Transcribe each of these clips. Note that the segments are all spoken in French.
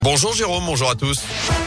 Bonjour Jérôme, bonjour à tous.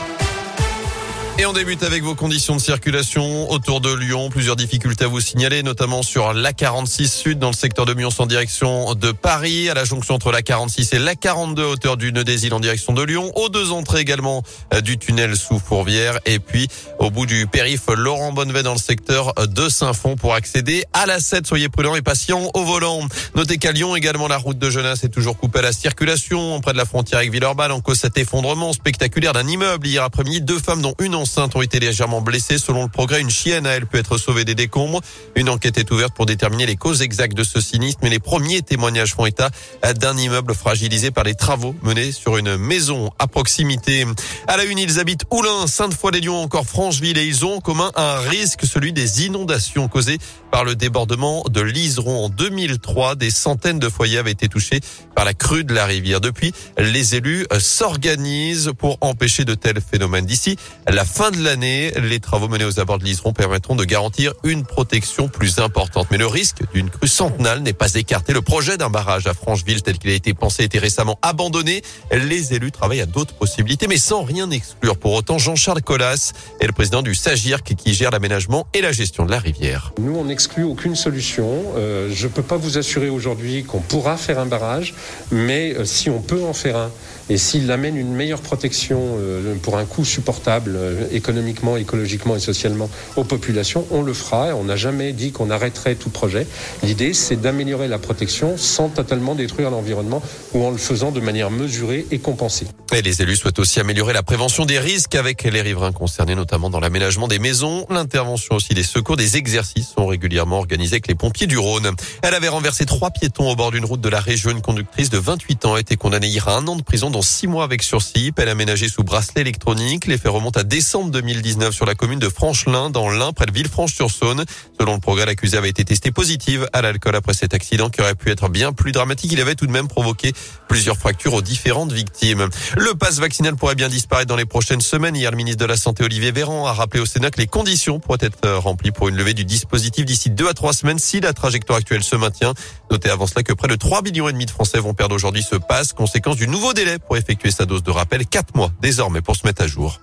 Et on débute avec vos conditions de circulation autour de Lyon. Plusieurs difficultés à vous signaler, notamment sur l'A46 Sud dans le secteur de Mions en direction de Paris, à la jonction entre l'A46 et l'A42 à hauteur du Nœud des Îles en direction de Lyon, aux deux entrées également du tunnel sous Fourvière et puis au bout du périph' Laurent Bonnevet dans le secteur de Saint-Fond pour accéder à la 7. Soyez prudents et patients au volant. Notez qu'à Lyon également la route de Genasse est toujours coupée à la circulation près de la frontière avec Villeurbanne en cause cet effondrement spectaculaire d'un immeuble hier après-midi. 2 femmes dont une enceintes ont été légèrement blessées. Selon le Progrès, une chienne a elle pu être sauvée des décombres. Une enquête est ouverte pour déterminer les causes exactes de ce sinistre, mais les premiers témoignages font état d'un immeuble fragilisé par les travaux menés sur une maison à proximité. À la une, ils habitent Oulin, Sainte-Foy-les-Lyons, encore Francheville, et ils ont en commun un risque, celui des inondations causées par le débordement de l'Iseron en 2003. Des centaines de foyers avaient été touchés par la crue de la rivière. Depuis, les élus s'organisent pour empêcher de tels phénomènes. D'ici la fin de l'année, les travaux menés aux abords de l'Iseron permettront de garantir une protection plus importante. Mais le risque d'une crue centenale n'est pas écarté. Le projet d'un barrage à Francheville tel qu'il a été pensé a été récemment abandonné. Les élus travaillent à d'autres possibilités, mais sans rien exclure. Pour autant, Jean-Charles Collas est le président du SAGIRC qui gère l'aménagement et la gestion de la rivière. Nous, on n'exclut aucune solution. Je ne peux pas vous assurer aujourd'hui qu'on pourra faire un barrage, mais si on peut en faire un, et s'il amène une meilleure protection pour un coût supportable économiquement, écologiquement et socialement aux populations, on le fera. On n'a jamais dit qu'on arrêterait tout projet. L'idée, c'est d'améliorer la protection sans totalement détruire l'environnement ou en le faisant de manière mesurée et compensée. Et les élus souhaitent aussi améliorer la prévention des risques avec les riverains concernés, notamment dans l'aménagement des maisons, l'intervention aussi des secours. Des exercices sont régulièrement organisés avec les pompiers du Rhône. Elle avait renversé 3 piétons au bord d'une route de la région. Une conductrice de 28 ans a été condamnée hier à 1 an de prison, dont 6 mois avec sursis. Elle aménagée sous bracelet électronique. Les faits remontent à décembre 2019 sur la commune de Franchelin, dans l'Ain, près de Villefranche-sur-Saône. Selon le Progrès, l'accusée avait été testée positive à l'alcool après cet accident qui aurait pu être bien plus dramatique. Il avait tout de même provoqué plusieurs fractures aux différentes victimes. Le pass vaccinal pourrait bien disparaître dans les prochaines semaines. Hier, le ministre de la Santé, Olivier Véran, a rappelé au Sénat que les conditions pourraient être remplies pour une levée du dispositif d'ici 2 à 3 semaines si la trajectoire actuelle se maintient. Notez avant cela que près de 3,5 millions de Français vont perdre aujourd'hui ce pass, conséquence du nouveau délai pour effectuer sa dose de rappel. 4 mois désormais pour se mettre à jour.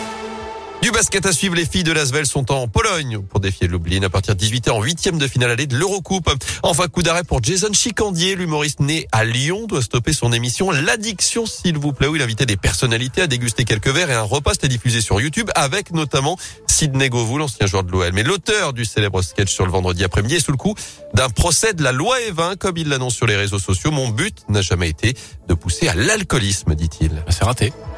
Du basket à suivre, les filles de l'Asvel sont en Pologne pour défier Lublin à partir de 18h en 8e de finale allée de l'Eurocoupe. Enfin, coup d'arrêt pour Jason Chicandier, l'humoriste né à Lyon, doit stopper son émission L'Addiction, s'il vous plaît, où il invitait des personnalités à déguster quelques verres et un repas. C'était diffusé sur YouTube avec notamment Sidney Govou, l'ancien joueur de l'OL. Mais l'auteur du célèbre sketch sur le vendredi après-midi est sous le coup d'un procès de la loi Evin, comme il l'annonce sur les réseaux sociaux. Mon but n'a jamais été de pousser à l'alcoolisme, dit-il. C'est raté.